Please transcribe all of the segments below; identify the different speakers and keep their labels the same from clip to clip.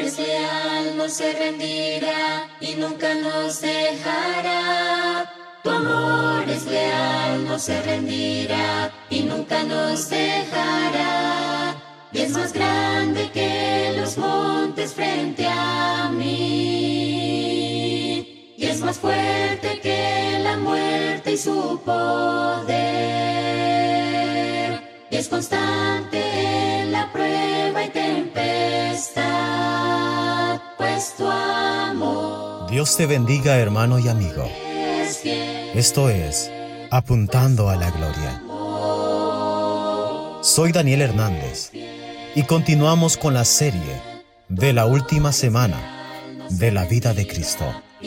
Speaker 1: es leal, no se rendirá y nunca nos dejará. Tu amor es leal, no se rendirá y nunca nos dejará. Y es más grande que los montes frente a mí. Y es más fuerte que la muerte y su poder. Y es constante en la prueba y tempestad, pues tu amor.
Speaker 2: Dios te bendiga, hermano y amigo. Esto es Apuntando a la Gloria. Soy Daniel Hernández y continuamos con la serie de la última semana de la vida de Cristo.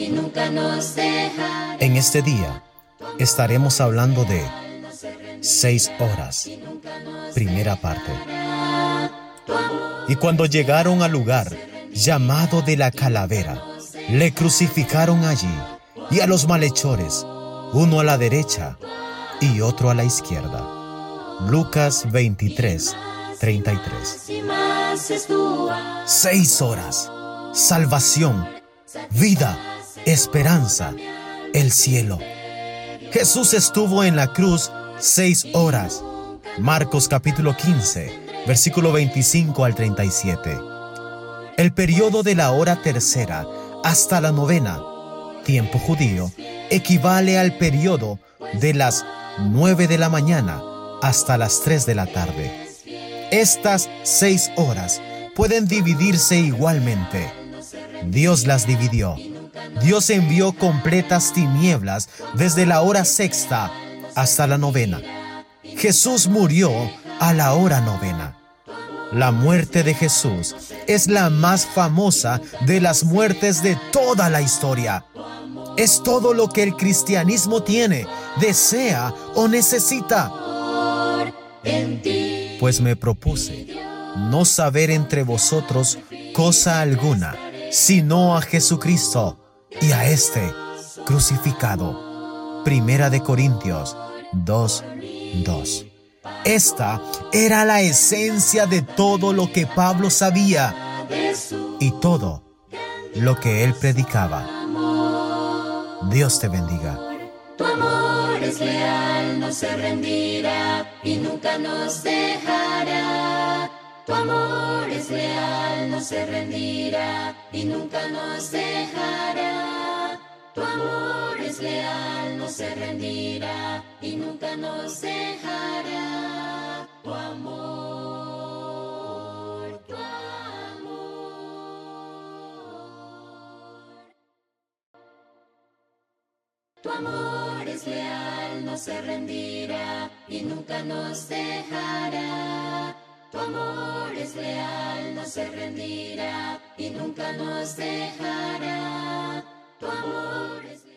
Speaker 2: En este día estaremos hablando de 6 horas, primera parte. Y cuando llegaron al lugar llamado de la Calavera, le crucificaron allí y a los malhechores, uno a la derecha y otro a la izquierda. Lucas 23, 33. 6 horas, salvación, vida, esperanza, el cielo. Jesús estuvo en la cruz 6 horas. Marcos capítulo 15, versículo 25 al 37. El periodo de la hora tercera hasta la novena, tiempo judío, equivale al periodo de las 9 de la mañana hasta las 3 de la tarde. Estas 6 horas pueden dividirse igualmente. Dios las dividió. Dios envió completas tinieblas desde la hora sexta hasta la novena. Jesús murió a la hora novena. La muerte de Jesús es la más famosa de las muertes de toda la historia. Es todo lo que el cristianismo tiene, desea o necesita. Pues me propuse no saber entre vosotros cosa alguna, sino a Jesucristo y a este crucificado. Primera de Corintios 2:2. Esta era la esencia de todo lo que Pablo sabía y todo lo que él predicaba. Dios te bendiga.
Speaker 1: Tu amor es leal, no se rendirá y nunca nos dejará. Tu amor es leal, no se rendirá y nunca nos dejará. Tu amor es leal, no se rendirá y nunca nos dejará. Tu amor, tu amor. Tu amor es leal, no se rendirá y nunca nos dejará. Tu amor es leal, no se rendirá y nunca nos dejará. Tu amor es leal.